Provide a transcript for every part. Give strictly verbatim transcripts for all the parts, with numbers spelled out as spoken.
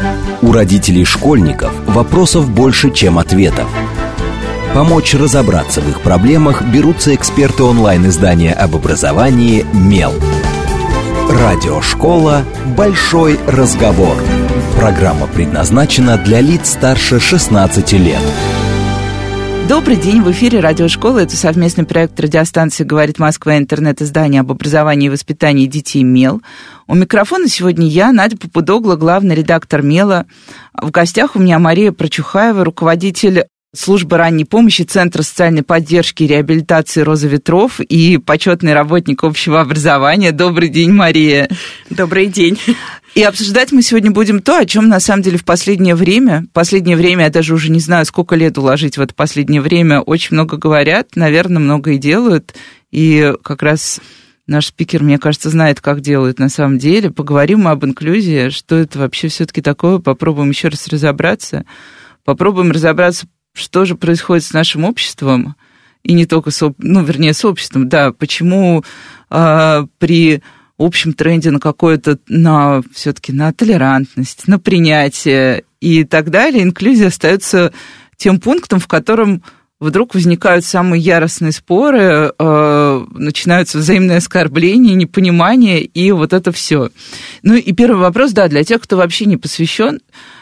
У родителей школьников вопросов больше, чем ответов. Помочь разобраться в их проблемах берутся эксперты онлайн-издания об образовании «Мел». Радиошкола «Большой разговор». Программа предназначена для лиц старше шестнадцати лет. Добрый день, в эфире Радиошкола. Это совместный проект радиостанции «Говорит Москва» и интернет-издание об образовании и воспитании детей «Мел». У микрофона сегодня я, Надя Попудогла, главный редактор «Мела». В гостях у меня Мария Прочухаева, руководитель службы ранней помощи Центра социальной поддержки и реабилитации «Роза ветров» и почетный работник общего образования. Добрый день, Мария. Добрый день. И обсуждать мы сегодня будем то, о чем на самом деле в последнее время, последнее время, я даже уже не знаю, сколько лет уложить в это последнее время, очень много говорят, наверное, много и делают. И как раз наш спикер, мне кажется, знает, как делают на самом деле. Поговорим мы об инклюзии, что это вообще все-таки такое, попробуем еще раз разобраться. Попробуем разобраться, что же происходит с нашим обществом, и не только с, ну, вернее, с обществом, да, почему э, при общем тренде на какое-то, на все-таки на толерантность, на принятие и так далее, инклюзия остается тем пунктом, в котором вдруг возникают самые яростные споры, э, начинаются взаимные оскорбления, непонимание, и вот это все. Ну и первый вопрос, да, для тех, кто вообще не посвящен.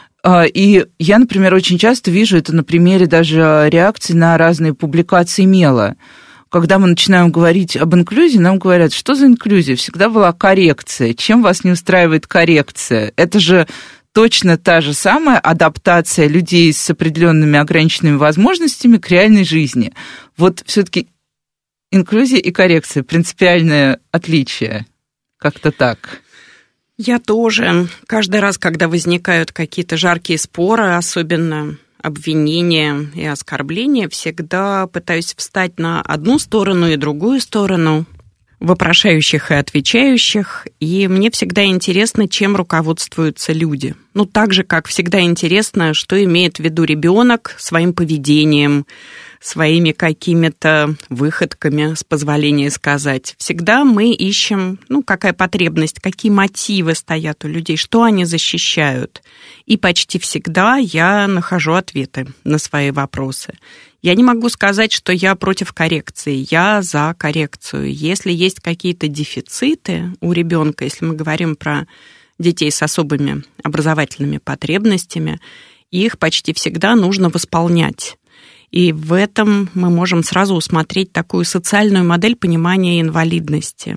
И я, например, очень часто вижу это на примере даже реакций на разные публикации «Мела». Когда мы начинаем говорить об инклюзии, нам говорят, что за инклюзия? Всегда была коррекция. Чем вас не устраивает коррекция? Это же точно та же самая адаптация людей с определенными ограниченными возможностями к реальной жизни. Вот все-таки инклюзия и коррекция, принципиальное отличие. Как-то так. Я тоже. Каждый раз, когда возникают какие-то жаркие споры, особенно обвинения и оскорбления, всегда пытаюсь встать на одну сторону и другую сторону, вопрошающих и отвечающих, и мне всегда интересно, чем руководствуются люди. Ну, так же, как всегда интересно, что имеет в виду ребенок своим поведением, своими какими-то выходками, с позволения сказать. Всегда мы ищем, ну, какая потребность, какие мотивы стоят у людей, что они защищают. И почти всегда я нахожу ответы на свои вопросы. Я не могу сказать, что я против коррекции, я за коррекцию. Если есть какие-то дефициты у ребенка, если мы говорим про детей с особыми образовательными потребностями, их почти всегда нужно восполнять. И в этом мы можем сразу усмотреть такую социальную модель понимания инвалидности.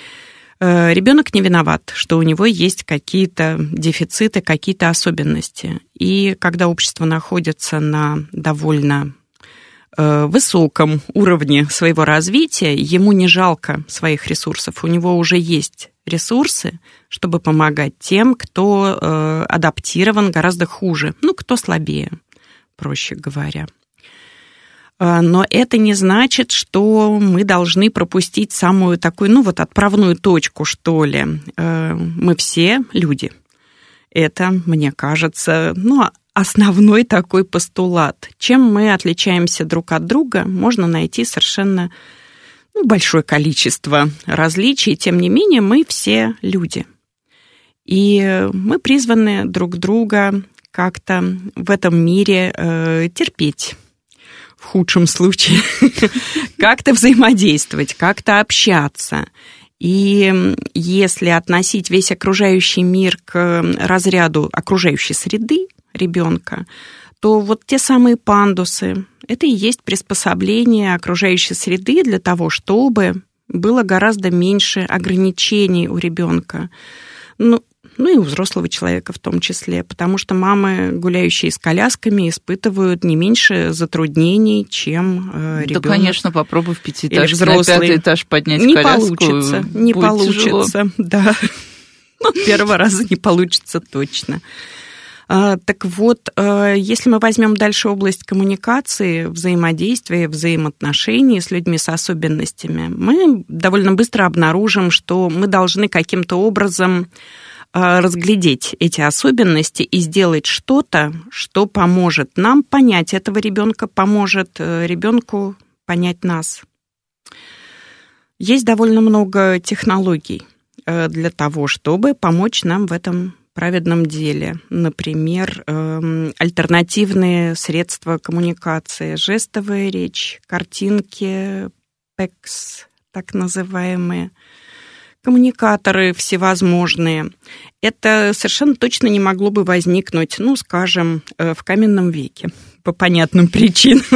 Ребенок не виноват, что у него есть какие-то дефициты, какие-то особенности. И когда общество находится на довольно высоком уровне своего развития, ему не жалко своих ресурсов. У него уже есть ресурсы, чтобы помогать тем, кто адаптирован гораздо хуже, ну, кто слабее, проще говоря. Но это не значит, что мы должны пропустить самую такую, ну вот отправную точку, что ли. Мы все люди. Это, мне кажется, ну, основной такой постулат. Чем мы отличаемся друг от друга, можно найти совершенно ну, большое количество различий. Тем не менее, мы все люди. И мы призваны друг друга как-то в этом мире э, терпеть. В худшем случае, как-то взаимодействовать, как-то общаться. И если относить весь окружающий мир к разряду окружающей среды ребенка, то вот те самые пандусы, это и есть приспособление окружающей среды для того, чтобы было гораздо меньше ограничений у ребенка. Ну, ну и у взрослого человека в том числе, потому что мамы, гуляющие с колясками, испытывают не меньше затруднений, чем э, ребенок. Да, конечно, попробуй в пятиэтажке на пятый этаж поднять не коляску. Получится, не получится, да. Ну, первого раза не получится точно. А, так вот, если мы возьмем дальше область коммуникации, взаимодействия, взаимоотношений с людьми с особенностями, мы довольно быстро обнаружим, что мы должны каким-то образом разглядеть эти особенности и сделать что-то, что поможет нам понять этого ребенка, поможет ребенку понять нас. Есть довольно много технологий для того, чтобы помочь нам в этом праведном деле. Например, альтернативные средства коммуникации, жестовая речь, картинки, пэкс, так называемые, коммуникаторы всевозможные. Это совершенно точно не могло бы возникнуть, ну, скажем, в каменном веке, по понятным причинам.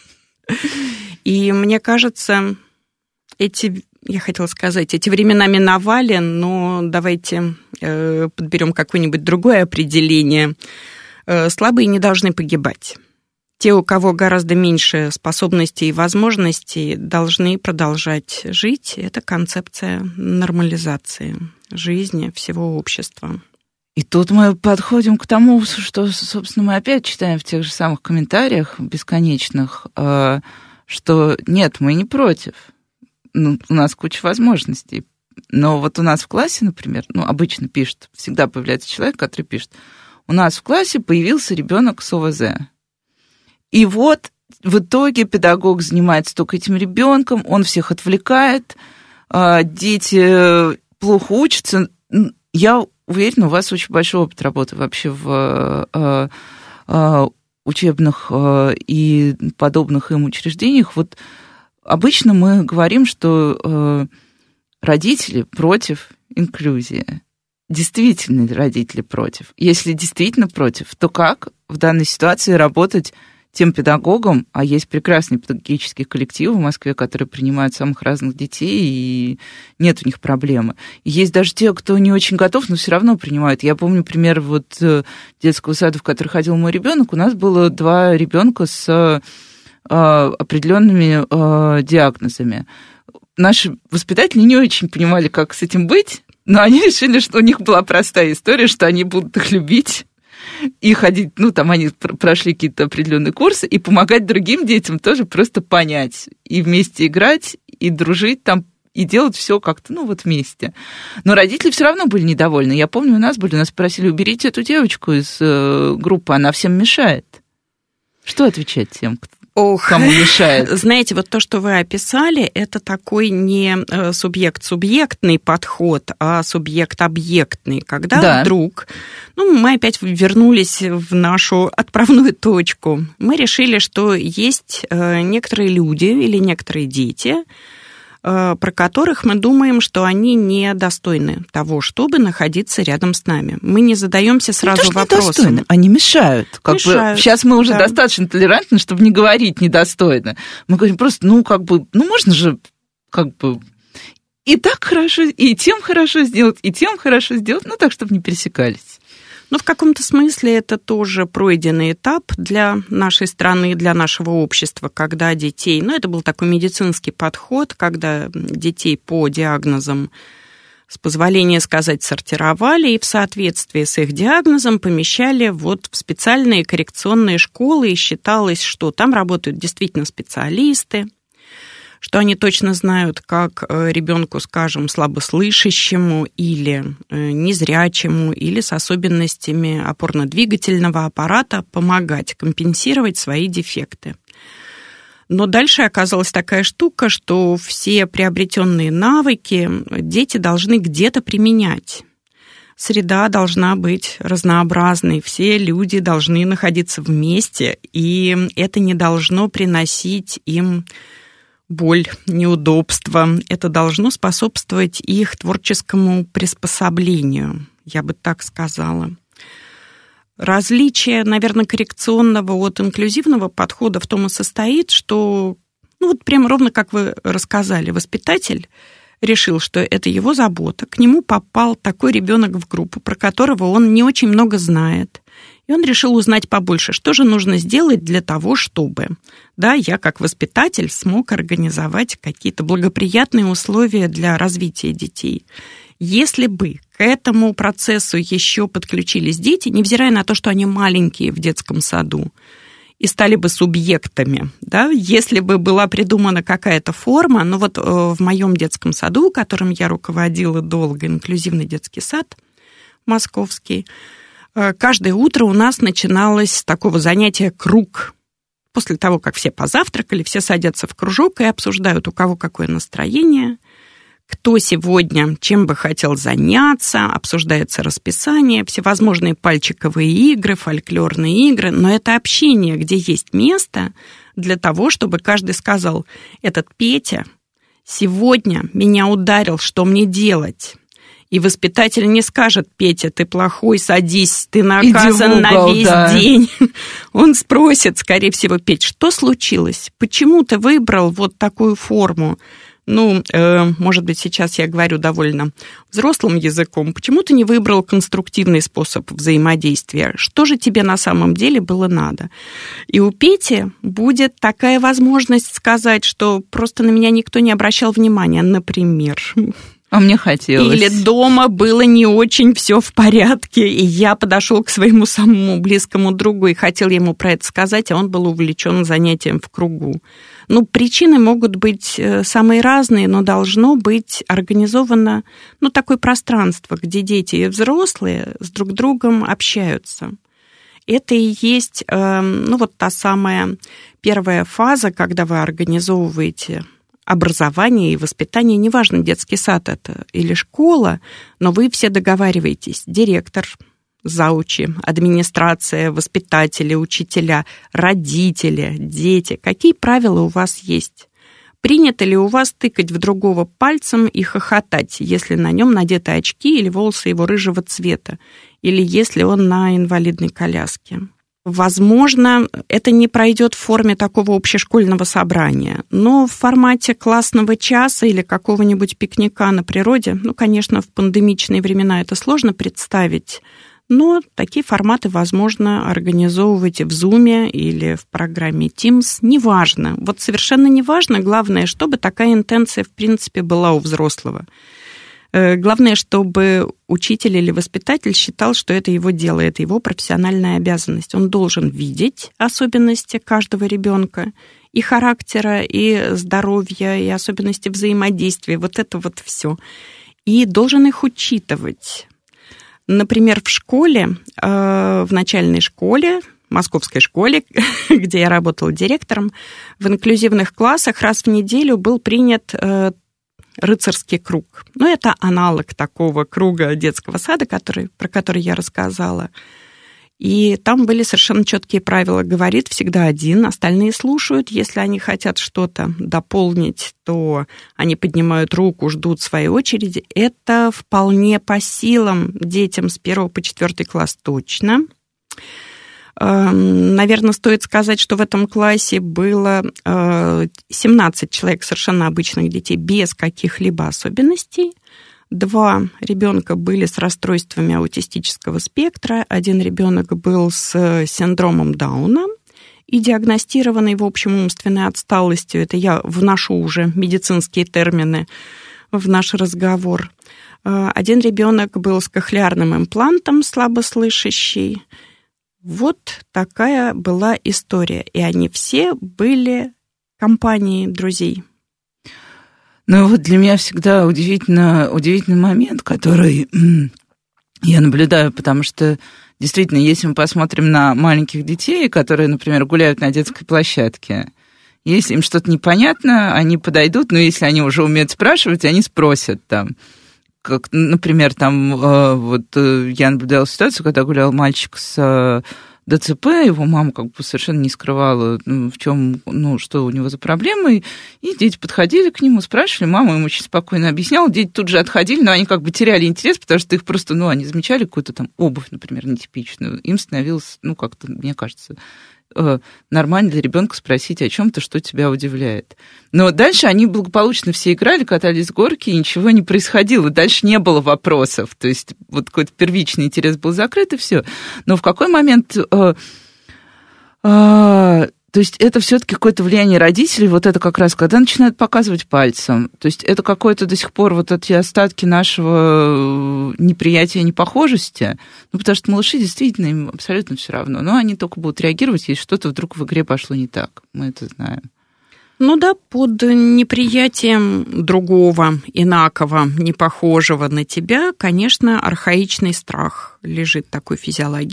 И мне кажется, эти, я хотела сказать, эти времена миновали, но давайте подберем какое-нибудь другое определение. Слабые не должны погибать. Те, у кого гораздо меньше способностей и возможностей, должны продолжать жить. Это концепция нормализации жизни всего общества. И тут мы подходим к тому, что, собственно, мы опять читаем в тех же самых комментариях бесконечных, что нет, мы не против. Ну, у нас куча возможностей. Но вот у нас в классе, например, ну, обычно пишет, всегда появляется человек, который пишет, у нас в классе появился ребенок с ОВЗ. И вот в итоге педагог занимается только этим ребенком, он всех отвлекает, дети плохо учатся. Я уверена, у вас очень большой опыт работы вообще в учебных и подобных им учреждениях. Вот обычно мы говорим, что родители против инклюзии. Действительно ли родители против? Если действительно против, то как в данной ситуации работать тем педагогам, а есть прекрасные педагогические коллективы в Москве, которые принимают самых разных детей, и нет у них проблемы. И есть даже те, кто не очень готов, но все равно принимают. Я помню пример вот детского сада, в который ходил мой ребенок. У нас было два ребенка с э, определенными э, диагнозами. Наши воспитатели не очень понимали, как с этим быть, но они решили, что у них была простая история, что они будут их любить и ходить, ну, там они прошли какие-то определенные курсы, и помогать другим детям тоже просто понять, и вместе играть, и дружить там, и делать все как-то, ну, вот вместе. Но родители все равно были недовольны. Я помню, у нас были, нас спросили, уберите эту девочку из э, группы, она всем мешает. Что отвечать тем, кто Ох, кому мешает? Знаете, вот то, что вы описали, это такой не субъект-субъектный подход, а субъект-объектный, когда да. вдруг, ну, мы опять вернулись в нашу отправную точку. Мы решили, что есть некоторые люди или некоторые дети, про которых мы думаем, что они недостойны того, чтобы находиться рядом с нами. Мы не задаемся сразу не вопросом. Недостойны, они мешают. Как мешают. Бы, сейчас мы уже да. достаточно толерантны, чтобы не говорить недостойно. Мы говорим просто, ну, как бы, ну, можно же, как бы, и так хорошо, и тем хорошо сделать, и тем хорошо сделать, ну, так, чтобы не пересекались. Но в каком-то смысле это тоже пройденный этап для нашей страны, для нашего общества, когда детей, ну, это был такой медицинский подход, когда детей по диагнозам, с позволения сказать, сортировали и в соответствии с их диагнозом помещали вот в специальные коррекционные школы, и считалось, что там работают действительно специалисты, что они точно знают, как ребенку, скажем, слабослышащему или незрячему, или с особенностями опорно-двигательного аппарата помогать, компенсировать свои дефекты. Но дальше оказалась такая штука, что все приобретенные навыки дети должны где-то применять. Среда должна быть разнообразной, все люди должны находиться вместе, и это не должно приносить им боль, неудобства. Это должно способствовать их творческому приспособлению, я бы так сказала. Различие, наверное, коррекционного от инклюзивного подхода в том и состоит, что, ну вот прям ровно как вы рассказали, воспитатель решил, что это его забота. К нему попал такой ребенок в группу, про которого он не очень много знает. И он решил узнать побольше, что же нужно сделать для того, чтобы, да, я как воспитатель смог организовать какие-то благоприятные условия для развития детей. Если бы к этому процессу еще подключились дети, невзирая на то, что они маленькие в детском саду, и стали бы субъектами, да, если бы была придумана какая-то форма, ну вот в моем детском саду, которым я руководила долго, инклюзивный детский сад московский, каждое утро у нас начиналось с такого занятия «Круг». После того, как все позавтракали, все садятся в кружок и обсуждают, у кого какое настроение, кто сегодня чем бы хотел заняться, обсуждается расписание, всевозможные пальчиковые игры, фольклорные игры, но это общение, где есть место для того, чтобы каждый сказал: этот Петя сегодня меня ударил, что мне делать? И воспитатель не скажет: Петя, ты плохой, садись, ты наказан угол, на весь да. день. Он спросит, скорее всего: Петь, что случилось? Почему ты выбрал вот такую форму? Ну, э, может быть, сейчас я говорю довольно взрослым языком. Почему ты не выбрал конструктивный способ взаимодействия? Что же тебе на самом деле было надо? И у Пети будет такая возможность сказать, что просто на меня никто не обращал внимания, например. А мне хотелось. Или дома было не очень все в порядке, и я подошел к своему самому близкому другу и хотел ему про это сказать, а он был увлечен занятием в кругу. Ну, причины могут быть самые разные, но должно быть организовано, ну, такое пространство, где дети и взрослые с друг другом общаются. Это и есть, ну, вот та самая первая фаза, когда вы организовываете образование и воспитание, неважно, детский сад это или школа, но вы все договариваетесь, директор, заучи, администрация, воспитатели, учителя, родители, дети. Какие правила у вас есть? Принято ли у вас тыкать в другого пальцем и хохотать, если на нем надеты очки или волосы его рыжего цвета, или если он на инвалидной коляске? Возможно, это не пройдет в форме такого общешкольного собрания, но в формате классного часа или какого-нибудь пикника на природе, ну, конечно, в пандемичные времена это сложно представить, но такие форматы возможно организовывать в Zoom или в программе Teams, неважно. Вот совершенно неважно, главное, чтобы такая интенция, в принципе, была у взрослого. Главное, чтобы учитель или воспитатель считал, что это его дело, это его профессиональная обязанность. Он должен видеть особенности каждого ребенка, и характера, и здоровья, и особенности взаимодействия, вот это вот все. И должен их учитывать. Например, в школе, в начальной школе, московской школе, где я работала директором, в инклюзивных классах раз в неделю был принят рыцарский круг. Ну, это аналог такого круга детского сада, который, про который я рассказала. И там были совершенно четкие правила. Говорит всегда один, остальные слушают. Если они хотят что-то дополнить, то они поднимают руку, ждут своей очереди. Это вполне по силам детям с первого по четвертый класс точно. Наверное, стоит сказать, что в этом классе было семнадцать человек совершенно обычных детей без каких-либо особенностей. Два ребенка были с расстройствами аутистического спектра, один ребенок был с синдромом Дауна и диагностированный, в общем, умственной отсталостью. Это я вношу уже медицинские термины в наш разговор. Один ребенок был с кохлеарным имплантом, слабослышащий. Вот такая была история. И они все были компанией друзей. Ну вот для меня всегда удивительно, удивительный момент, который я наблюдаю, потому что действительно, если мы посмотрим на маленьких детей, которые, например, гуляют на детской площадке, если им что-то непонятно, они подойдут, но если они уже умеют спрашивать, они спросят там. Как, например, там вот я наблюдала ситуацию, когда гулял мальчик с ДЦП, его мама как бы совершенно не скрывала, в чем, ну, что у него за проблемы, и дети подходили к нему, спрашивали, мама им очень спокойно объясняла, дети тут же отходили, но они как бы теряли интерес, потому что их просто, ну, они замечали какую-то там обувь, например, нетипичную, им становилось, ну, как-то, мне кажется, нормально для ребенка спросить о чем-то, что тебя удивляет. Но дальше они благополучно все играли, катались с горки, и ничего не происходило. Дальше не было вопросов. То есть вот какой-то первичный интерес был закрыт, и все. Но в какой момент... Э, э, то есть это все-таки какое-то влияние родителей, вот это как раз, когда начинают показывать пальцем. То есть это какое-то до сих пор вот эти остатки нашего неприятия, непохожести. Ну, потому что малыши действительно им абсолютно все равно. Но они только будут реагировать, если что-то вдруг в игре пошло не так. Мы это знаем. Ну да, под неприятием другого, инакого, непохожего на тебя, конечно, архаичный страх лежит такой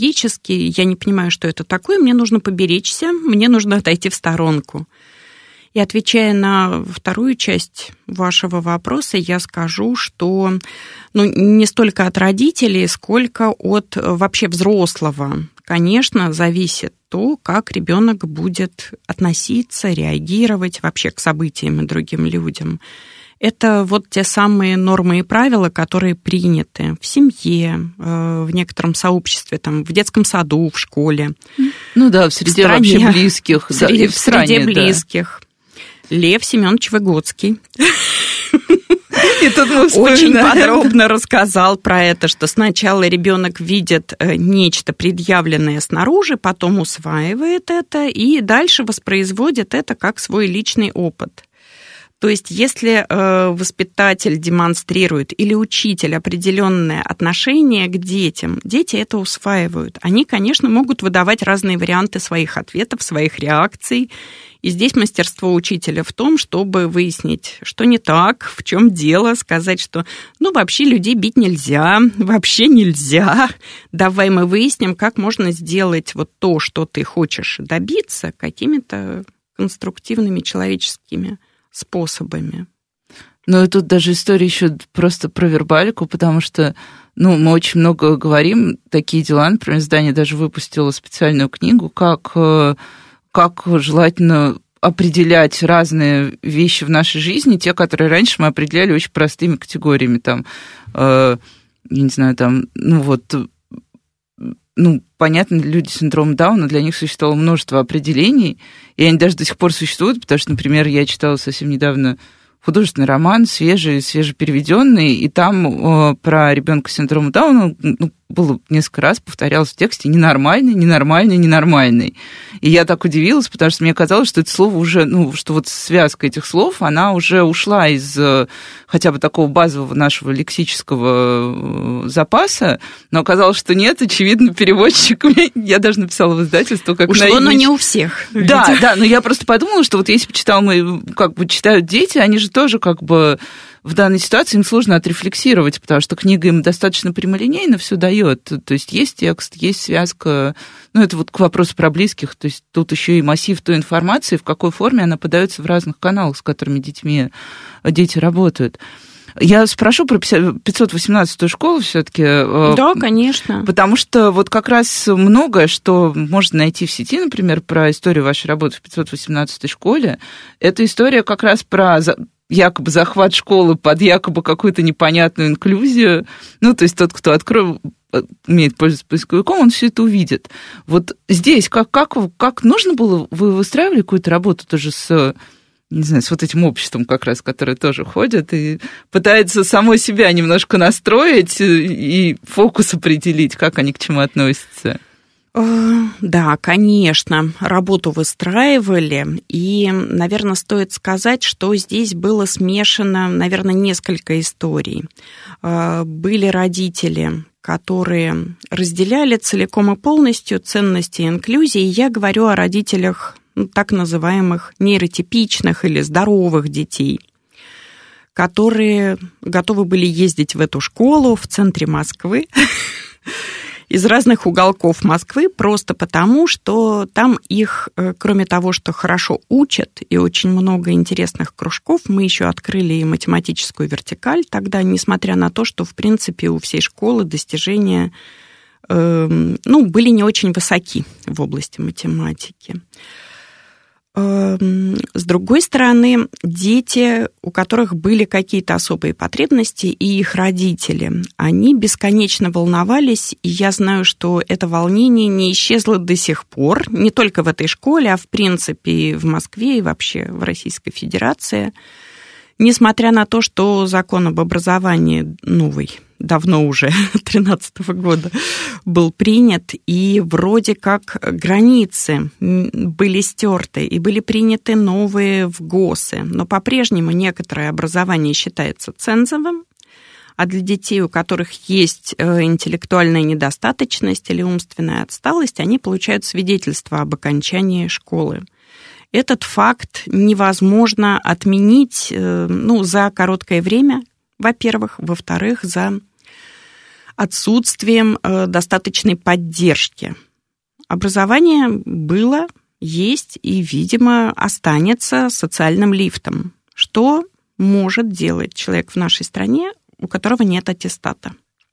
физиологический. Я не понимаю, что это такое, мне нужно поберечься, мне нужно отойти в сторонку. И отвечая на вторую часть вашего вопроса, я скажу, что ну, не столько от родителей, сколько от вообще взрослого, конечно, зависит то, как ребенок будет относиться, реагировать вообще к событиям и другим людям. Это вот те самые нормы и правила, которые приняты в семье, в некотором сообществе, там, в детском саду, в школе. Ну да, в среде в стране, вообще близких. В среде, да, в стране, в среде близких. Да. Лев Семенович Выгодский И тут мы очень подробно рассказал про это, что сначала ребенок видит нечто предъявленное снаружи, потом усваивает это и дальше воспроизводит это как свой личный опыт. То есть, если э, воспитатель демонстрирует или учитель определенное отношение к детям, дети это усваивают. Они, конечно, могут выдавать разные варианты своих ответов, своих реакций. И здесь мастерство учителя в том, чтобы выяснить, что не так, в чем дело, сказать, что ну вообще людей бить нельзя, вообще нельзя. Давай мы выясним, как можно сделать вот то, что ты хочешь добиться, какими-то конструктивными человеческими способами. Ну и тут даже история еще просто про вербалику, потому что ну, мы очень много говорим, такие дела, например, издание даже выпустило специальную книгу, как, как желательно определять разные вещи в нашей жизни, те, которые раньше мы определяли очень простыми категориями, там, э, я не знаю, там, ну вот, ну, понятно, люди с синдромом Дауна, для них существовало множество определений, и они даже до сих пор существуют, потому что, например, я читала совсем недавно художественный роман, свежий, свежепереведенный, и там э, про ребенка с синдромом Дауна ну, было несколько раз повторялось в тексте «ненормальный, ненормальный, ненормальный». И я так удивилась, потому что мне казалось, что это слово уже, ну, что вот связка этих слов, она уже ушла из хотя бы такого базового нашего лексического запаса, но оказалось, что нет, очевидно, переводчик, я даже написала в издательство, как ушло, наивный... но не у всех. Да, да, но я просто подумала, что вот если бы читал мы, как бы читают дети, они же тоже как бы в данной ситуации им сложно отрефлексировать, потому что книга им достаточно прямолинейно все дает. То есть есть текст, есть связка. Ну, это вот к вопросу про близких. То есть тут еще и массив той информации, в какой форме она подается в разных каналах, с которыми детьми, дети работают. Я спрошу про пятьсот восемнадцатую школу все-таки. Да, конечно. Потому что вот как раз многое, что можно найти в сети, например, про историю вашей работы в пятьсот восемнадцатой школе, это история как раз про якобы захват школы под якобы какую-то непонятную инклюзию. Ну, то есть тот, кто откроет, умеет пользоваться поисковиком, он все это увидит. Вот здесь как, как, как нужно было, вы выстраивали какую-то работу тоже с, не знаю, с вот этим обществом как раз, которое тоже ходит и пытается само себя немножко настроить и фокус определить, как они к чему относятся? Да, конечно, работу выстраивали, и, наверное, стоит сказать, что здесь было смешано, наверное, несколько историй. Были родители, которые разделяли целиком и полностью ценности инклюзии. Я говорю о родителях ну, так называемых нейротипичных или здоровых детей, которые готовы были ездить в эту школу в центре Москвы, из разных уголков Москвы, просто потому, что там их, кроме того, что хорошо учат, и очень много интересных кружков, мы еще открыли и математическую вертикаль тогда, несмотря на то, что, в принципе, у всей школы достижения э, ну, были не очень высоки в области математики. С другой стороны, дети, у которых были какие-то особые потребности, и их родители, они бесконечно волновались, и я знаю, что это волнение не исчезло до сих пор, не только в этой школе, а в принципе и в Москве, и вообще в Российской Федерации. Несмотря на то, что закон об образовании новый, давно уже, тринадцатого года, был принят, и вроде как границы были стерты, и были приняты новые в ГОСы, но по-прежнему некоторое образование считается цензовым, а для детей, у которых есть интеллектуальная недостаточность или умственная отсталость, они получают свидетельство об окончании школы. Этот факт невозможно отменить ну, за короткое время, во-первых. Во-вторых, за отсутствием достаточной поддержки. Образование было, есть и, видимо, останется социальным лифтом. Что может делать человек в нашей стране, у которого нет аттестата?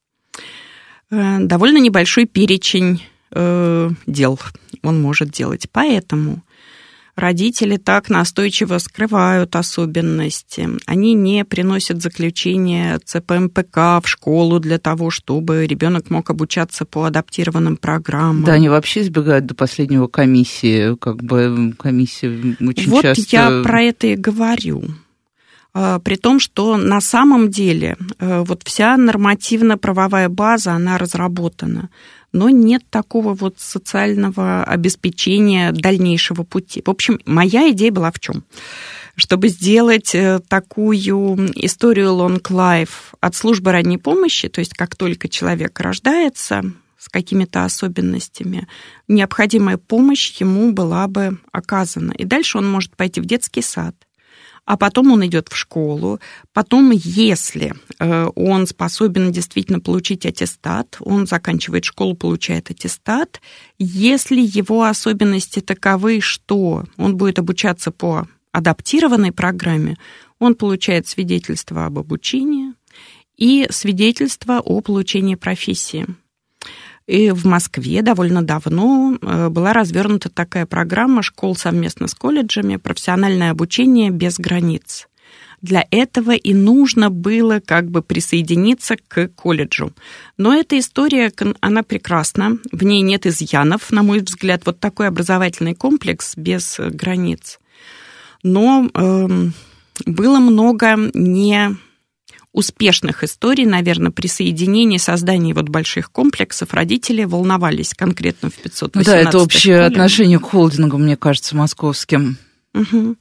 Довольно небольшой перечень э, дел он может делать. Поэтому родители так настойчиво скрывают особенности. Они не приносят заключение цэ пэ эм пэ ка в школу для того, чтобы ребенок мог обучаться по адаптированным программам. Да, они вообще избегают до последнего комиссии. Как бы комиссия очень вот часто... Вот я про это и говорю. При том, что на самом деле вот вся нормативно-правовая база, она разработана, но нет такого вот социального обеспечения дальнейшего пути. В общем, моя идея была в чем? Чтобы сделать такую историю long life от службы ранней помощи, то есть как только человек рождается с какими-то особенностями, необходимая помощь ему была бы оказана. И дальше он может пойти в детский сад, а потом он идет в школу. Потом, если он способен действительно получить аттестат, он заканчивает школу, получает аттестат. Если его особенности таковы, что он будет обучаться по адаптированной программе, он получает свидетельство об обучении и свидетельство о получении профессии. И в Москве довольно давно была развернута такая программа школ совместно с колледжами «Профессиональное обучение без границ». Для этого и нужно было как бы присоединиться к колледжу. Но эта история, она прекрасна, в ней нет изъянов, на мой взгляд, вот такой образовательный комплекс без границ. Но э, было много не... успешных историй, наверное, присоединения, создания вот больших комплексов. Родители волновались конкретно в пятьсот восемнадцатой Да, это общее школе. Отношение к холдингу, мне кажется, московским. Угу.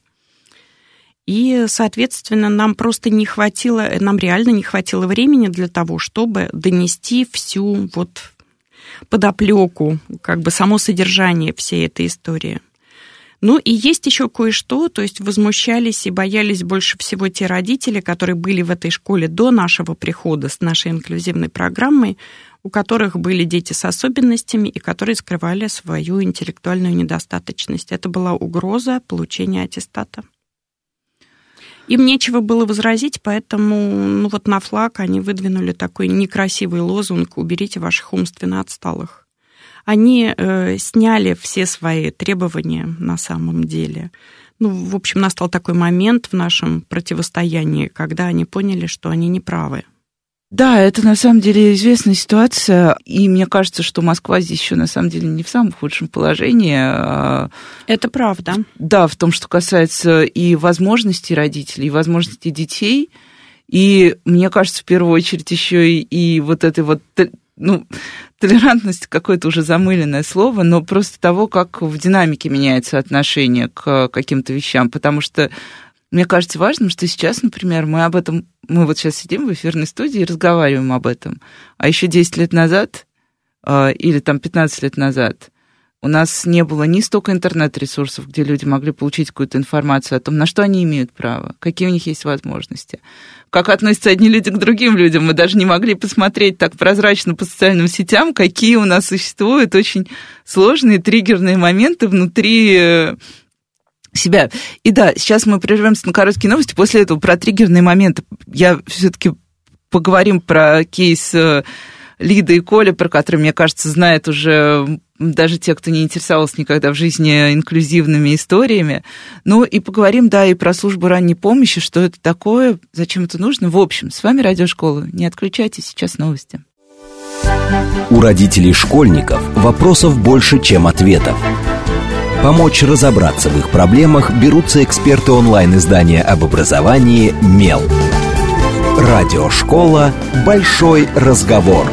И, соответственно, нам просто не хватило, нам реально не хватило времени для того, чтобы донести всю вот подоплеку, как бы само содержание всей этой истории. Ну и есть еще кое-что, то есть возмущались и боялись больше всего те родители, которые были в этой школе до нашего прихода с нашей инклюзивной программой, у которых были дети с особенностями и которые скрывали свою интеллектуальную недостаточность. Это была угроза получения аттестата. Им нечего было возразить, поэтому ну вот на флаг они выдвинули такой некрасивый лозунг «Уберите ваших умственно отсталых». Они э, сняли все свои требования на самом деле. Ну, в общем, настал такой момент в нашем противостоянии, когда они поняли, что они неправы. Да, это на самом деле известная ситуация, и мне кажется, что Москва здесь еще на самом деле не в самом худшем положении. Это правда. Да, в том, что касается и возможностей родителей, и возможностей детей, и мне кажется, в первую очередь еще и, и вот этой вот... Ну, толерантность какое-то уже замыленное слово, но просто того, как в динамике меняется отношение к каким-то вещам, потому что мне кажется важным, что сейчас, например, мы об этом, мы вот сейчас сидим в эфирной студии и разговариваем об этом, а еще десять лет назад или там пятнадцать лет назад у нас не было ни столько интернет-ресурсов, где люди могли получить какую-то информацию о том, на что они имеют право, какие у них есть возможности, как относятся одни люди к другим людям. Мы даже не могли посмотреть так прозрачно по социальным сетям, какие у нас существуют очень сложные триггерные моменты внутри себя. И да, сейчас мы прервемся на короткие новости. После этого про триггерные моменты я все-таки поговорим про кейс Лиды и Коли, про которые, мне кажется, знают уже даже те, кто не интересовался никогда в жизни инклюзивными историями. Ну и поговорим, да, и про службу ранней помощи, что это такое, зачем это нужно. В общем, с вами Радиошкола. Не отключайтесь, сейчас новости. У родителей школьников вопросов больше, чем ответов. Помочь разобраться в их проблемах берутся эксперты онлайн-издания об образовании «Мел». Радиошкола «Большой разговор».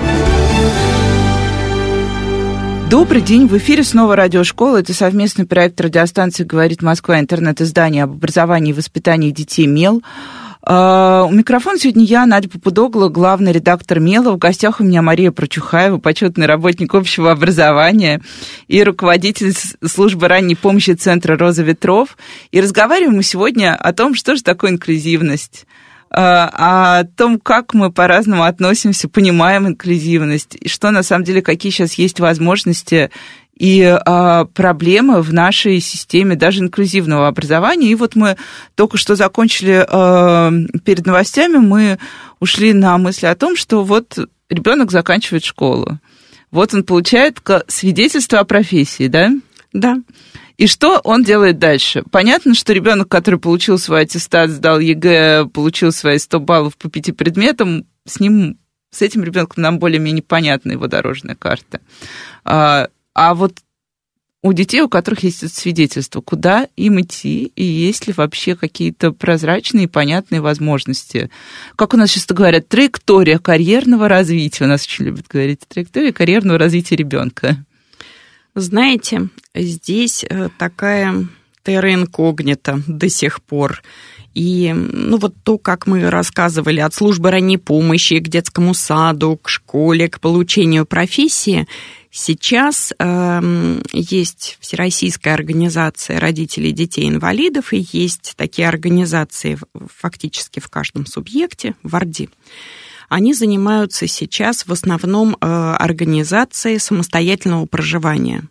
Добрый день, в эфире снова Радиошкола. Это совместный проект радиостанции «Говорит Москва», интернет-издание об образовании и воспитании детей «Мел». Uh, у микрофона сегодня я, Надя Попудогла, главный редактор «Мела». В гостях у меня Мария Прочухаева, почетный работник общего образования и руководитель службы ранней помощи Центра «Роза ветров». И разговариваем мы сегодня о том, что же такое инклюзивность, о том, как мы по-разному относимся, понимаем инклюзивность, и что на самом деле, какие сейчас есть возможности и а, проблемы в нашей системе даже инклюзивного образования. И вот мы только что закончили а, перед новостями, мы ушли на мысли о том, что вот ребенок заканчивает школу. Вот он получает свидетельство о профессии, да? Да. И что он делает дальше? Понятно, что ребенок, который получил свой аттестат, сдал ЕГЭ, получил свои сто баллов по пяти предметам, с ним, с этим ребенком нам более-менее понятна его дорожная карта. А, а вот у детей, у которых есть это свидетельство, куда им идти, и есть ли вообще какие-то прозрачные и понятные возможности? Как у нас часто говорят, траектория карьерного развития. У нас очень любят говорить траектория карьерного развития ребенка. Знаете, здесь такая терра инкогнита до сих пор. И ну, вот то, как мы рассказывали, от службы ранней помощи к детскому саду, к школе, к получению профессии, сейчас э, есть Всероссийская организация родителей детей-инвалидов, и есть такие организации фактически в каждом субъекте, в ОРДИ. Они занимаются сейчас в основном организацией самостоятельного проживания.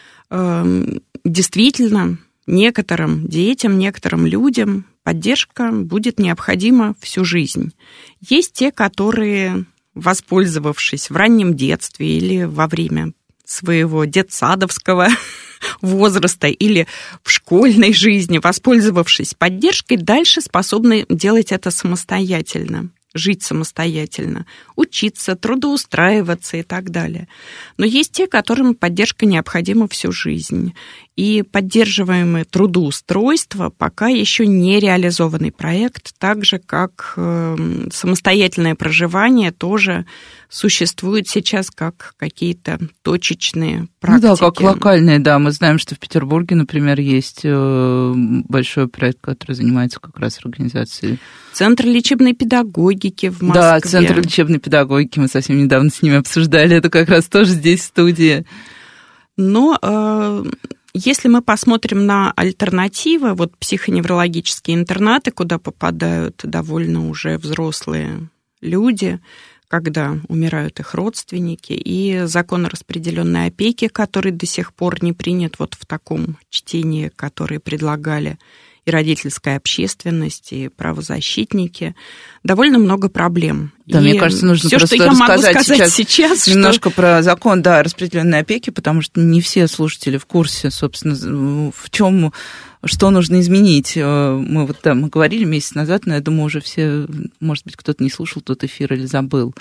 Действительно, некоторым детям, некоторым людям поддержка будет необходима всю жизнь. Есть те, которые, воспользовавшись в раннем детстве или во время своего детсадовского возраста или в школьной жизни, воспользовавшись поддержкой, дальше способны делать это самостоятельно. Жить самостоятельно, учиться, трудоустраиваться и так далее. Но есть те, которым поддержка необходима всю жизнь. И поддерживаемое трудоустройство пока еще не реализованный проект, так же, как самостоятельное проживание тоже существует сейчас как какие-то точечные практики. Ну да, как локальные, да. Мы знаем, что в Петербурге, например, есть большой проект, который занимается как раз организацией. Центр лечебной педагогики в Москве. Да, Центр лечебной педагогики, мы совсем недавно с ними обсуждали, это как раз тоже здесь в студии. Но э, если мы посмотрим на альтернативы, вот психоневрологические интернаты, куда попадают довольно уже взрослые люди, когда умирают их родственники, и закон о распределенной опеке, который до сих пор не принят вот в таком чтении, которое предлагали и родительская общественность, и правозащитники, довольно много проблем. Да, и мне кажется, нужно все, просто что я могу рассказать сказать сейчас, сейчас немножко что... про закон, да, распределенной опеки, потому что не все слушатели в курсе, собственно, в чем, что нужно изменить. Мы вот там мы говорили месяц назад, но я думаю, уже все, может быть, кто-то не слушал тот эфир или забыл.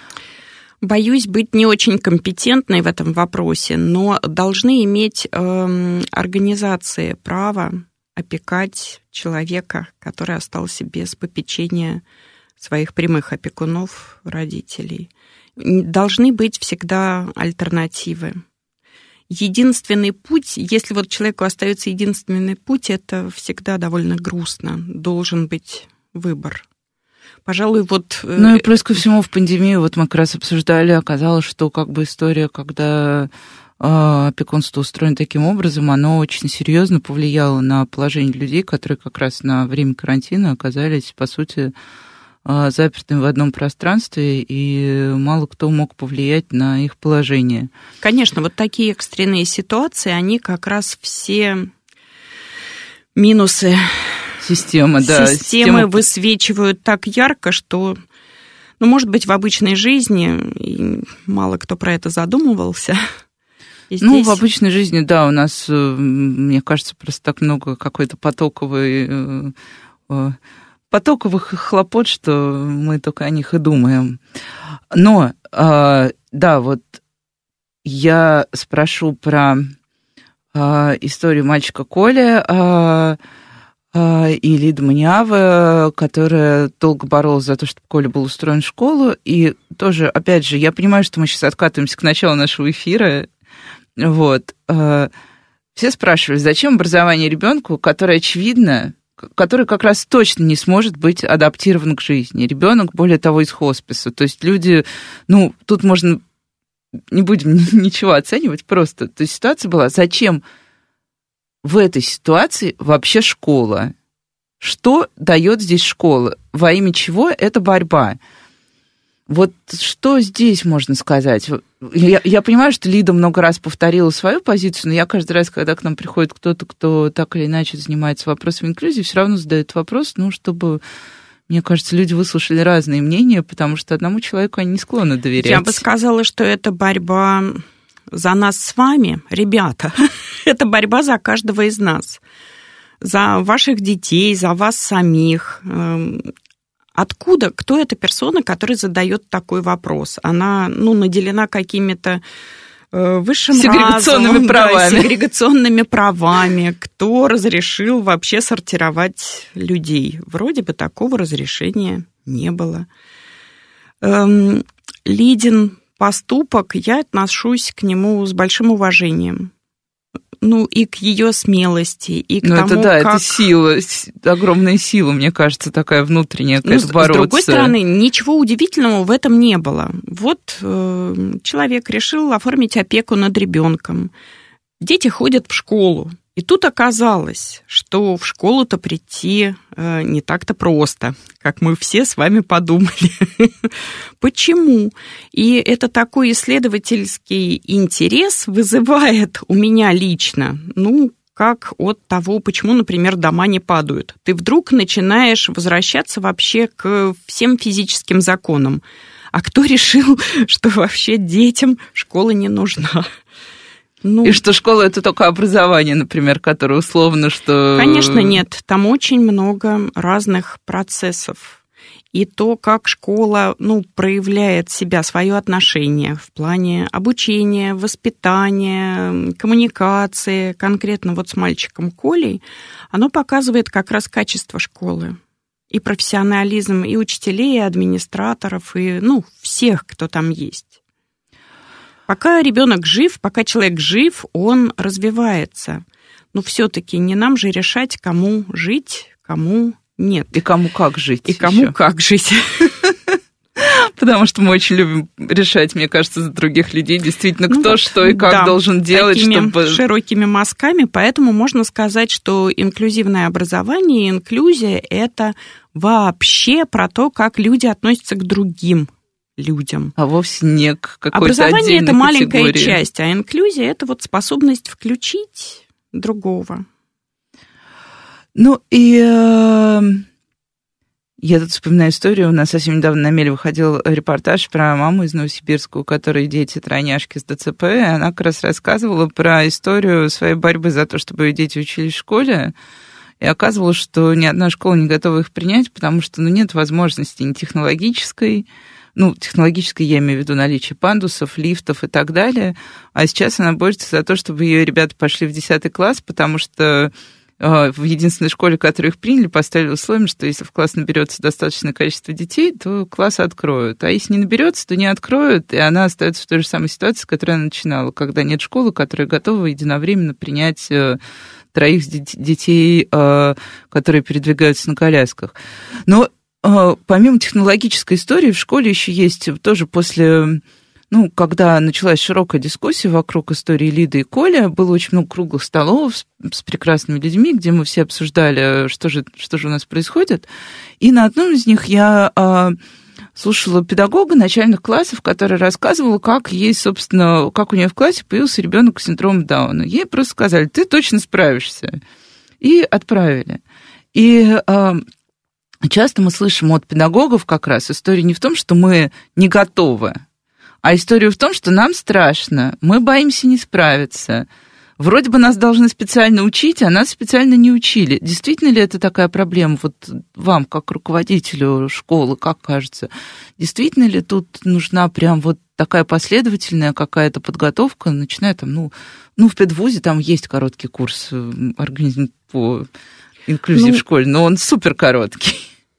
Боюсь быть не очень компетентной в этом вопросе, но должны иметь э, организации права опекать человека, который остался без попечения своих прямых опекунов, родителей. Должны быть всегда альтернативы. Единственный путь, если вот человеку остается единственный путь, это всегда довольно грустно. Должен быть выбор. Пожалуй, вот... Ну и плюс ко всему в пандемию, вот мы как раз обсуждали, оказалось, что как бы история, когда опекунство устроено таким образом, оно очень серьезно повлияло на положение людей, которые как раз на время карантина оказались, по сути, запертыми в одном пространстве, и мало кто мог повлиять на их положение. Конечно, вот такие экстренные ситуации, они как раз все минусы системы, да, системы система... высвечивают так ярко, что, ну, может быть, в обычной жизни мало кто про это задумывался. И ну, здесь... в обычной жизни, да, у нас, мне кажется, просто так много какой-то потоковой, потоковых хлопот, что мы только о них и думаем. Но, да, вот я спрошу про историю мальчика Коли и Лиды Маниавы, которая долго боролась за то, чтобы Коля был устроен в школу. И тоже, опять же, я понимаю, что мы сейчас откатываемся к началу нашего эфира. Вот. Все спрашивали, зачем образование ребенку, который, очевидно, который как раз точно не сможет быть адаптирован к жизни. Ребенок, более того, из хосписа. То есть люди, ну, тут можно, не будем ничего оценивать, просто. То есть ситуация была, зачем в этой ситуации вообще школа? Что дает здесь школа? Во имя чего это борьба? Вот что здесь можно сказать? Я, я понимаю, что Лида много раз повторила свою позицию, но я каждый раз, когда к нам приходит кто-то, кто так или иначе занимается вопросом инклюзии, все равно задает вопрос, ну, чтобы, мне кажется, люди выслушали разные мнения, потому что одному человеку они не склонны доверять. Я бы сказала, что это борьба за нас с вами, ребята. Это борьба за каждого из нас. За ваших детей, за вас самих. Откуда, кто эта персона, которая задает такой вопрос? Она, ну, наделена какими-то э, высшим сегрегационными разумом, правами. Да, сегрегационными правами. Кто разрешил вообще сортировать людей? Вроде бы такого разрешения не было. Эм, Лидин поступок, я отношусь к нему с большим уважением. Ну, и к ее смелости, и к ну, тому, это, да, как... это сила, огромная сила, мне кажется, такая внутренняя, ну, с, бороться. С другой стороны, ничего удивительного в этом не было. Вот э, человек решил оформить опеку над ребенком. Дети ходят в школу. И тут оказалось, что в школу-то прийти э, не так-то просто, как мы все с вами подумали. Почему? И это такой исследовательский интерес вызывает у меня лично, ну, как от того, почему, например, дома не падают. Ты вдруг начинаешь возвращаться вообще к всем физическим законам. А кто решил, что вообще детям школа не нужна? Ну, и что школа – это только образование, например, которое условно, что… Конечно, нет. Там очень много разных процессов. И то, как школа, ну, проявляет себя, свое отношение в плане обучения, воспитания, коммуникации, конкретно вот с мальчиком Колей, оно показывает как раз качество школы. И профессионализм и учителей, и администраторов, и, ну, всех, кто там есть. Пока ребенок жив, пока человек жив, он развивается. Но все-таки не нам же решать, кому жить, кому нет. И кому как жить. И кому еще. Как жить. Потому что мы очень любим решать, мне кажется, за других людей, действительно, кто ну вот, что и как да, должен делать, такими чтобы… широкими мазками. Поэтому можно сказать, что инклюзивное образование, инклюзия – это вообще про то, как люди относятся к другим людям. А вовсе не к какой-то образование – это маленькая категории. Часть, а инклюзия – это вот способность включить другого. Ну и э, я тут вспоминаю историю. У нас совсем недавно на Меле выходил репортаж про маму из Новосибирска, у которой дети тройняшки с ДЦП, и она как раз рассказывала про историю своей борьбы за то, чтобы ее дети учились в школе. И оказывалось, что ни одна школа не готова их принять, потому что ну, нет возможности ни технологической, ну, технологической, я имею в виду наличие пандусов, лифтов и так далее. А сейчас она борется за то, чтобы ее ребята пошли в десятый класс, потому что э, в единственной школе, которую их приняли, поставили условие, что если в класс наберется достаточное количество детей, то класс откроют. А если не наберется, то не откроют, и она остается в той же самой ситуации, с которой она начинала, когда нет школы, которая готова единовременно принять э, троих детей, э, которые передвигаются на колясках. Но помимо технологической истории, в школе еще есть тоже после, ну, когда началась широкая дискуссия вокруг истории Лиды и Коли, было очень много круглых столов с, с прекрасными людьми, где мы все обсуждали, что же, что же у нас происходит. И на одном из них я а, слушала педагога начальных классов, который рассказывал, как ей, собственно, как у нее в классе появился ребенок с синдромом Дауна. Ей просто сказали: ты точно справишься. И отправили. И а, часто мы слышим от педагогов как раз историю не в том, что мы не готовы, а историю в том, что нам страшно, мы боимся не справиться. Вроде бы нас должны специально учить, а нас специально не учили. Действительно ли это такая проблема? Вот вам, как руководителю школы, как кажется, действительно ли тут нужна прям вот такая последовательная какая-то подготовка, начиная там, ну, ну в педвузе там есть короткий курс организм по инклюзии ну, в школе, но он супер короткий.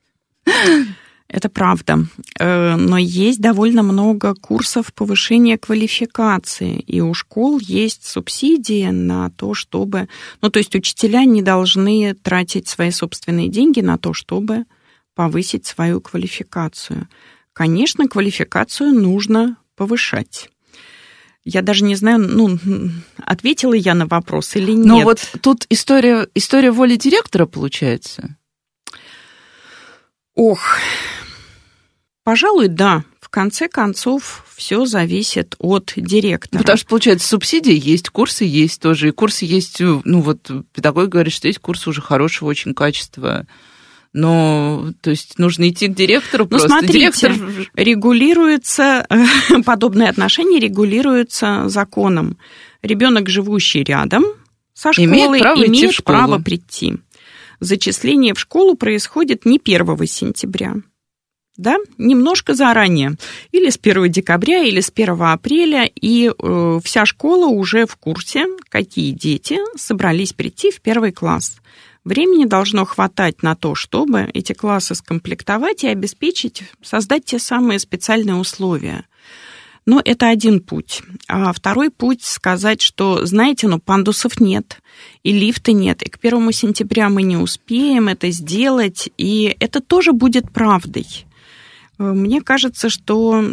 Это правда. Но есть довольно много курсов повышения квалификации, и у школ есть субсидии на то, чтобы... Ну, то есть учителя не должны тратить свои собственные деньги на то, чтобы повысить свою квалификацию. Конечно, квалификацию нужно повышать. Я даже не знаю, ну, ответила я на вопрос или нет. Но вот тут история, история воли директора получается. Ох, пожалуй, да, в конце концов все зависит от директора. Потому что, получается, субсидии есть, курсы есть тоже. И курсы есть, ну вот педагог говорит, что есть курсы уже хорошего очень качества. Но, то есть, нужно идти к директору ну, просто. Смотрите, Директор... регулируется, подобные отношения регулируются законом. Ребенок, живущий рядом со школой, имеет право, имеет право прийти. Зачисление в школу происходит не первого сентября, да, немножко заранее, или с первого декабря, или с первого апреля, и э, вся школа уже в курсе, какие дети собрались прийти в первый класс. Времени должно хватать на то, чтобы эти классы скомплектовать и обеспечить, создать те самые специальные условия. Но это один путь. А второй путь — сказать, что, знаете, ну, пандусов нет, и лифта нет, и к первому сентября мы не успеем это сделать, и это тоже будет правдой. Мне кажется, что...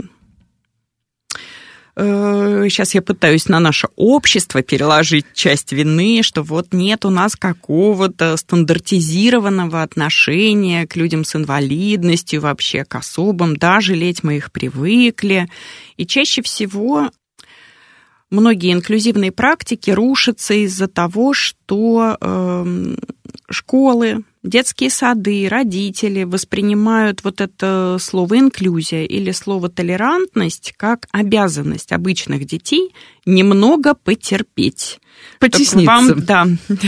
Сейчас я пытаюсь на наше общество переложить часть вины, что вот нет у нас какого-то стандартизированного отношения к людям с инвалидностью, вообще к особам, да, жалеть мы их привыкли. И чаще всего многие инклюзивные практики рушатся из-за того, что э, школы, детские сады, родители воспринимают вот это слово «инклюзия» или слово «толерантность» как обязанность обычных детей немного потерпеть. Потесниться. Вам, да,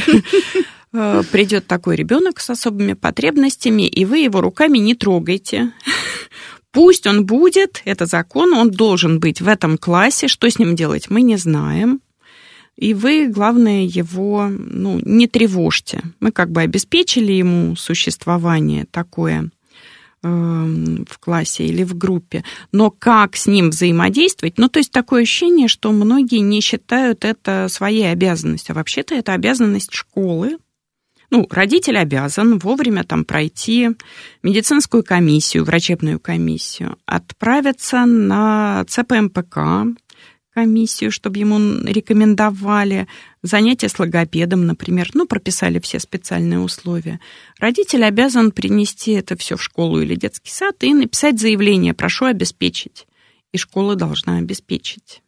придет такой ребенок с особыми потребностями, и вы его руками не трогайте. Пусть он будет, это закон, он должен быть в этом классе. Что с ним делать, мы не знаем. И вы, главное, его ну, не тревожьте. Мы как бы обеспечили ему существование такое э, в классе или в группе. Но как с ним взаимодействовать? Ну, то есть такое ощущение, что многие не считают это своей обязанностью. А вообще-то это обязанность школы. Ну, родитель обязан вовремя там пройти медицинскую комиссию, врачебную комиссию, отправиться на цэ пэ эм пэ ка, комиссию, чтобы ему рекомендовали занятия с логопедом, например, ну, прописали все специальные условия. Родитель обязан принести это все в школу или детский сад и написать заявление «прошу обеспечить». И школа должна обеспечить.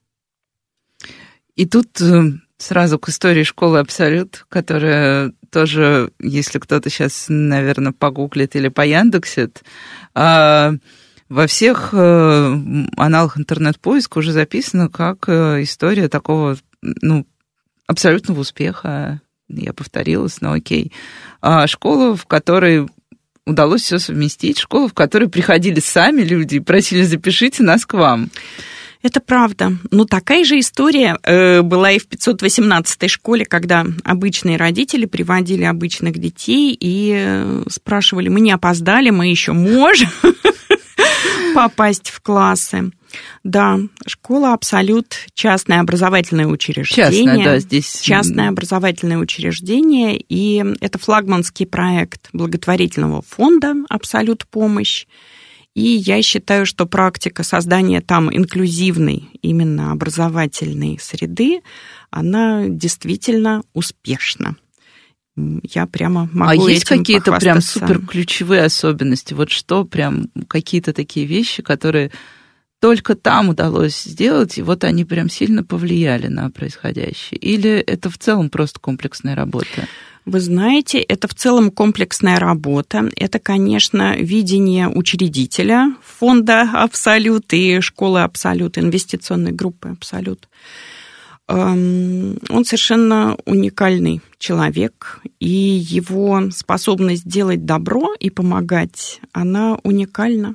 И тут сразу к истории школы «Абсолют», которая тоже, если кто-то сейчас, наверное, погуглит или пояндексит, во всех аналогах интернет-поиска уже записано как история такого, ну, абсолютного успеха. Я повторилась, но окей. Школа, в которой удалось все совместить, школа, в которой приходили сами люди и просили: запишите нас к вам. Это правда. Ну, такая же история э, была и в пятьсот восемнадцатой школе, когда обычные родители приводили обычных детей и э, спрашивали: мы не опоздали, мы еще можем попасть в классы. Да, школа «Абсолют» — частное образовательное учреждение. Частное, да, здесь. Частное образовательное учреждение, и это флагманский проект благотворительного фонда «Абсолют Помощь». И я считаю, что практика создания там инклюзивной, именно образовательной среды, она действительно успешна. Я прямо могу этим А есть какие-то прям похвастаться. супер ключевые особенности? Вот что прям какие-то такие вещи, которые только там удалось сделать, и вот они прям сильно повлияли на происходящее? Или это в целом просто комплексная работа? Вы знаете, это в целом комплексная работа. Это, конечно, видение учредителя фонда «Абсолют» и школы «Абсолют», инвестиционной группы «Абсолют». Он совершенно уникальный человек, и его способность делать добро и помогать, она уникальна.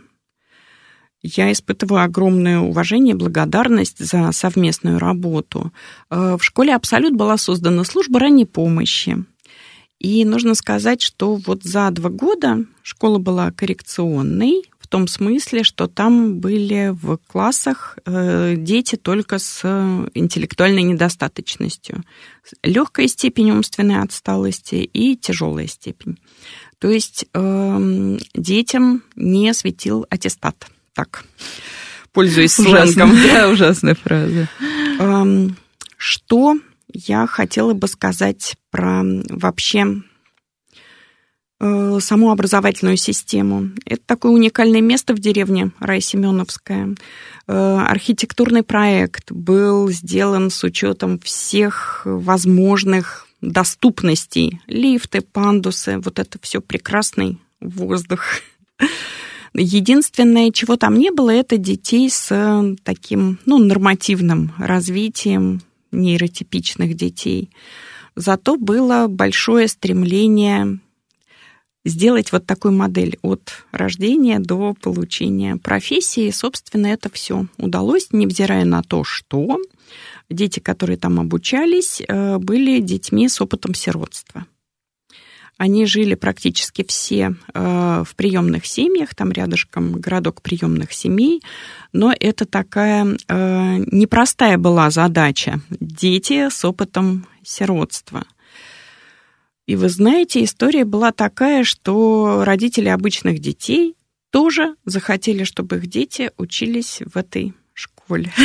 Я испытываю огромное уважение и благодарность за совместную работу. В школе «Абсолют» была создана служба ранней помощи. И нужно сказать, что вот за два года школа была коррекционной, в том смысле, что там были в классах дети только с интеллектуальной недостаточностью, легкая степень умственной отсталости и тяжелая степень. То есть э, детям не светил аттестат. Так, пользуясь сленгом. Да, ужасная фраза. Э, что я хотела бы сказать про вообще саму образовательную систему. Это такое уникальное место в деревне Райсеменовская. Архитектурный проект был сделан с учетом всех возможных доступностей. Лифты, пандусы, вот это все прекрасный воздух. Единственное, чего там не было, это детей с таким, ну, нормативным развитием, нейротипичных детей. Зато было большое стремление сделать вот такую модель от рождения до получения профессии. Собственно, это все удалось, невзирая на то, что дети, которые там обучались, были детьми с опытом сиротства. Они жили практически все в приемных семьях, там рядышком городок приемных семей, но это такая непростая была задача. Дети с опытом сиротства. И вы знаете, история была такая, что родители обычных детей тоже захотели, чтобы их дети учились в этой школе.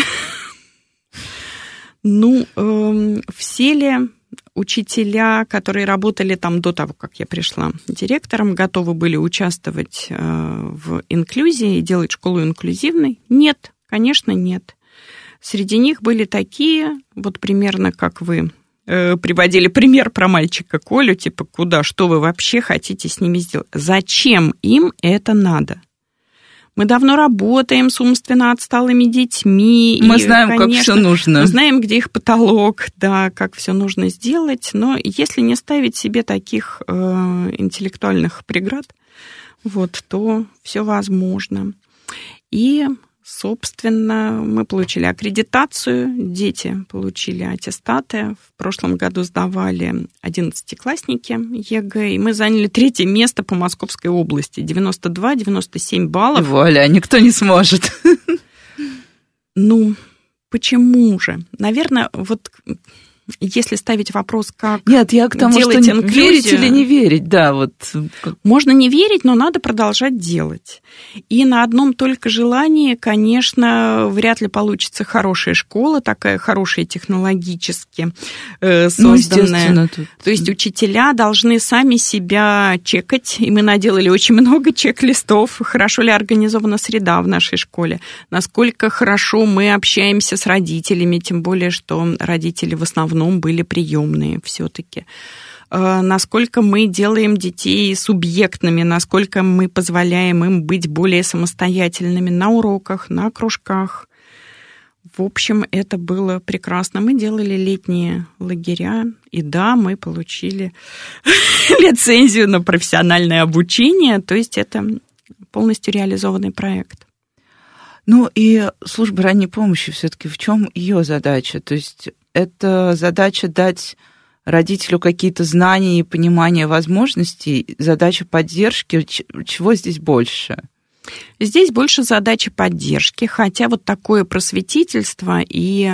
Ну, все ли учителя, которые работали там до того, как я пришла директором, готовы были участвовать в инклюзии и делать школу инклюзивной? Нет, конечно, нет. Среди них были такие, вот примерно как вы приводили пример про мальчика Колю, типа, куда, что вы вообще хотите с ними сделать? Зачем им это надо? Мы давно работаем с умственно отсталыми детьми. Мы и, знаем, конечно, как все нужно. Мы знаем, где их потолок, да, как все нужно сделать. Но если не ставить себе таких э, интеллектуальных преград, вот, то все возможно. И, собственно, мы получили аккредитацию, дети получили аттестаты. В прошлом году сдавали одиннадцатиклассники ЕГЭ, и мы заняли третье место по Московской области. девяносто два - девяносто семь баллов. Валя, никто не сможет. Ну, почему же? Наверное, вот если ставить вопрос, как Нет, я к тому, делать что инклюзию, верить или не верить, да, вот. Можно не верить, но надо продолжать делать. И на одном только желании, конечно, вряд ли получится хорошая школа, такая хорошая технологически э, созданная. Ну, тут... То есть учителя должны сами себя чекать, и мы наделали очень много чек-листов, хорошо ли организована среда в нашей школе, насколько хорошо мы общаемся с родителями, тем более, что родители в основном были приемные все-таки. Насколько мы делаем детей субъектными, насколько мы позволяем им быть более самостоятельными на уроках, на кружках. В общем, это было прекрасно. Мы делали летние лагеря, и да, мы получили лицензию на профессиональное обучение, то есть это полностью реализованный проект. Ну и служба ранней помощи все-таки в чем ее задача? То есть это задача дать родителю какие-то знания и понимание возможностей, задача поддержки. Чего здесь больше? Здесь больше задача поддержки, хотя вот такое просветительство и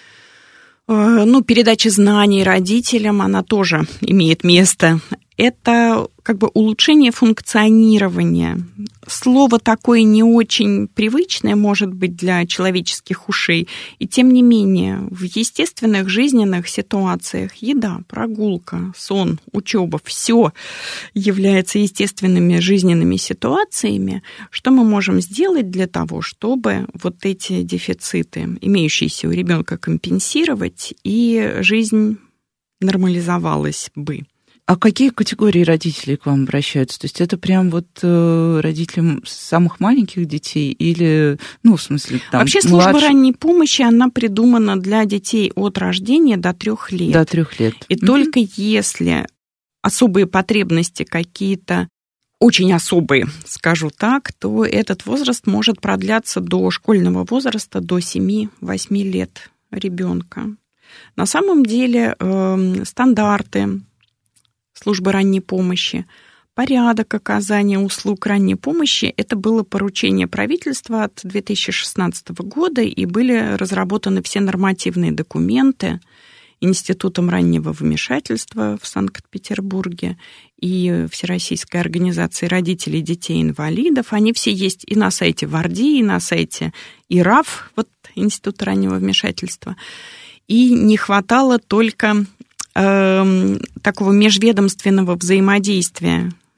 ну, передача знаний родителям, она тоже имеет место. Это как бы улучшение функционирования. Слово такое не очень привычное, может быть, для человеческих ушей. И тем не менее, в естественных жизненных ситуациях еда, прогулка, сон, учеба, все является естественными жизненными ситуациями. Что мы можем сделать для того, чтобы вот эти дефициты, имеющиеся у ребенка, компенсировать, и жизнь нормализовалась бы? А какие категории родителей к вам обращаются? То есть это прям вот э, родители самых маленьких детей или, ну, в смысле, там, вообще служба младше... ранней помощи, она придумана для детей от рождения до трех лет. До трех лет. И mm-hmm. только если особые потребности какие-то, очень особые, скажу так, то этот возраст может продляться до школьного возраста, до семи-восьми лет ребенка. На самом деле э, стандарты службы ранней помощи, порядок оказания услуг ранней помощи, это было поручение правительства от две тысячи шестнадцатого года, и были разработаны все нормативные документы Институтом раннего вмешательства в Санкт-Петербурге и Всероссийской организации родителей детей-инвалидов. Они все есть и на сайте ВАРДИ, и на сайте ИРАФ, вот Институт раннего вмешательства. И не хватало только такого межведомственного взаимодействия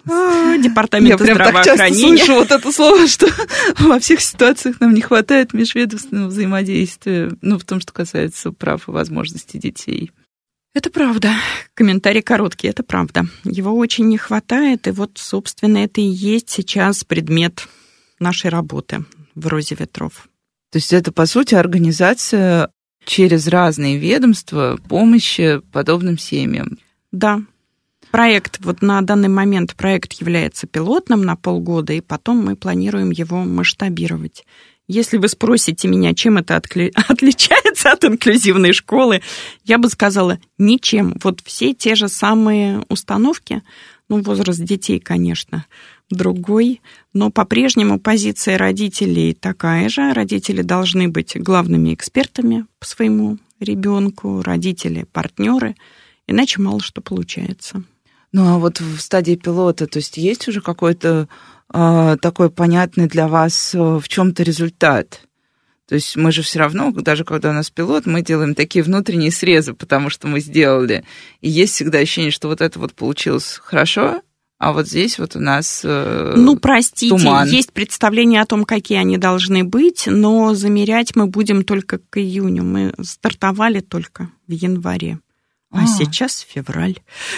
Департамента здравоохранения. Я прям так часто слышу вот это слово, что во всех ситуациях нам не хватает межведомственного взаимодействия, ну, в том, что касается прав и возможностей детей. Это правда. Комментарий короткий, это правда. Его очень не хватает, и вот, собственно, это и есть сейчас предмет нашей работы в «Розе ветров». То есть это, по сути, организация через разные ведомства помощи подобным семьям. Да. Проект, вот на данный момент проект является пилотным на полгода, и потом мы планируем его масштабировать. Если вы спросите меня, чем это откли... отличается от инклюзивной школы, я бы сказала, ничем. Вот все те же самые установки, ну, возраст детей, конечно, другой, но по-прежнему позиция родителей такая же. Родители должны быть главными экспертами по своему ребенку, родители, партнеры, иначе мало что получается. Ну, а вот в стадии пилота, то есть есть уже какой-то э, такой понятный для вас э, в чем-то результат? То есть мы же все равно, даже когда у нас пилот, мы делаем такие внутренние срезы, потому что мы сделали. И есть всегда ощущение, что вот это вот получилось хорошо, а вот здесь вот у нас э, Ну, простите, туман. Есть представление о том, какие они должны быть, но замерять мы будем только к июню. Мы стартовали только в январе. А, а сейчас февраль.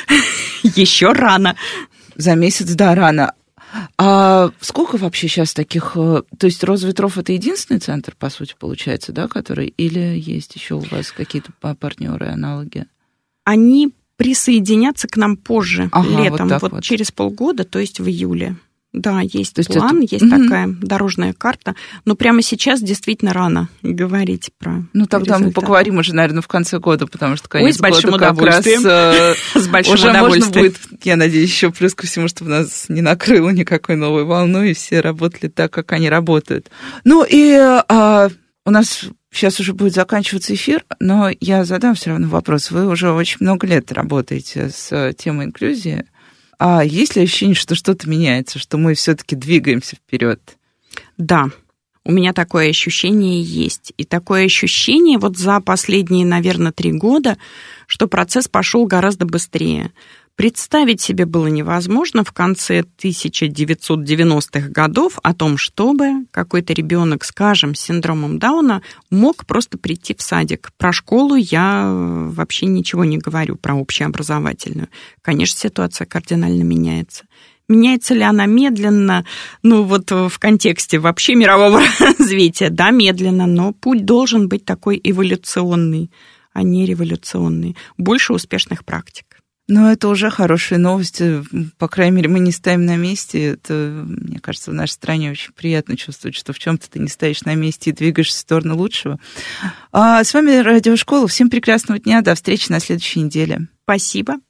Еще рано. За месяц, да, рано. А сколько вообще сейчас таких... То есть «Роза ветров» — это единственный центр, по сути, получается, да, который... Или есть еще у вас какие-то партнеры, аналоги? Они присоединятся к нам позже, ага, летом, вот, вот, вот через полгода, то есть в июле. Да, есть то план, есть, это... есть угу. такая дорожная карта, но прямо сейчас действительно рано говорить про Ну, тогда результаты. мы поговорим уже, наверное, в конце года, потому что конец Ой, с большим года как раз... С большим уже удовольствием. Можно будет, я надеюсь, еще плюс ко всему, чтобы нас не накрыло никакой новой волной, и все работали так, как они работают. Ну, и а, у нас... Сейчас уже будет заканчиваться эфир, но я задам все равно вопрос. Вы уже очень много лет работаете с темой инклюзии. А есть ли ощущение, что что-то меняется, что мы все-таки двигаемся вперед? Да, у меня такое ощущение есть. И такое ощущение вот за последние, наверное, три года, что процесс пошел гораздо быстрее. Представить себе было невозможно в конце тысяча девятьсот девяностых годов о том, чтобы какой-то ребенок, скажем, с синдромом Дауна мог просто прийти в садик. Про школу я вообще ничего не говорю, про общеобразовательную. Конечно, ситуация кардинально меняется. Меняется ли она медленно? Ну, вот в контексте вообще мирового развития, да, медленно, но путь должен быть такой эволюционный, а не революционный. Больше успешных практик. Ну, это уже хорошие новости. По крайней мере, мы не стоим на месте. Это, мне кажется, в нашей стране очень приятно чувствовать, что в чем-то ты не стоишь на месте и двигаешься в сторону лучшего. А с вами Радиошкола. Всем прекрасного дня. До встречи на следующей неделе. Спасибо.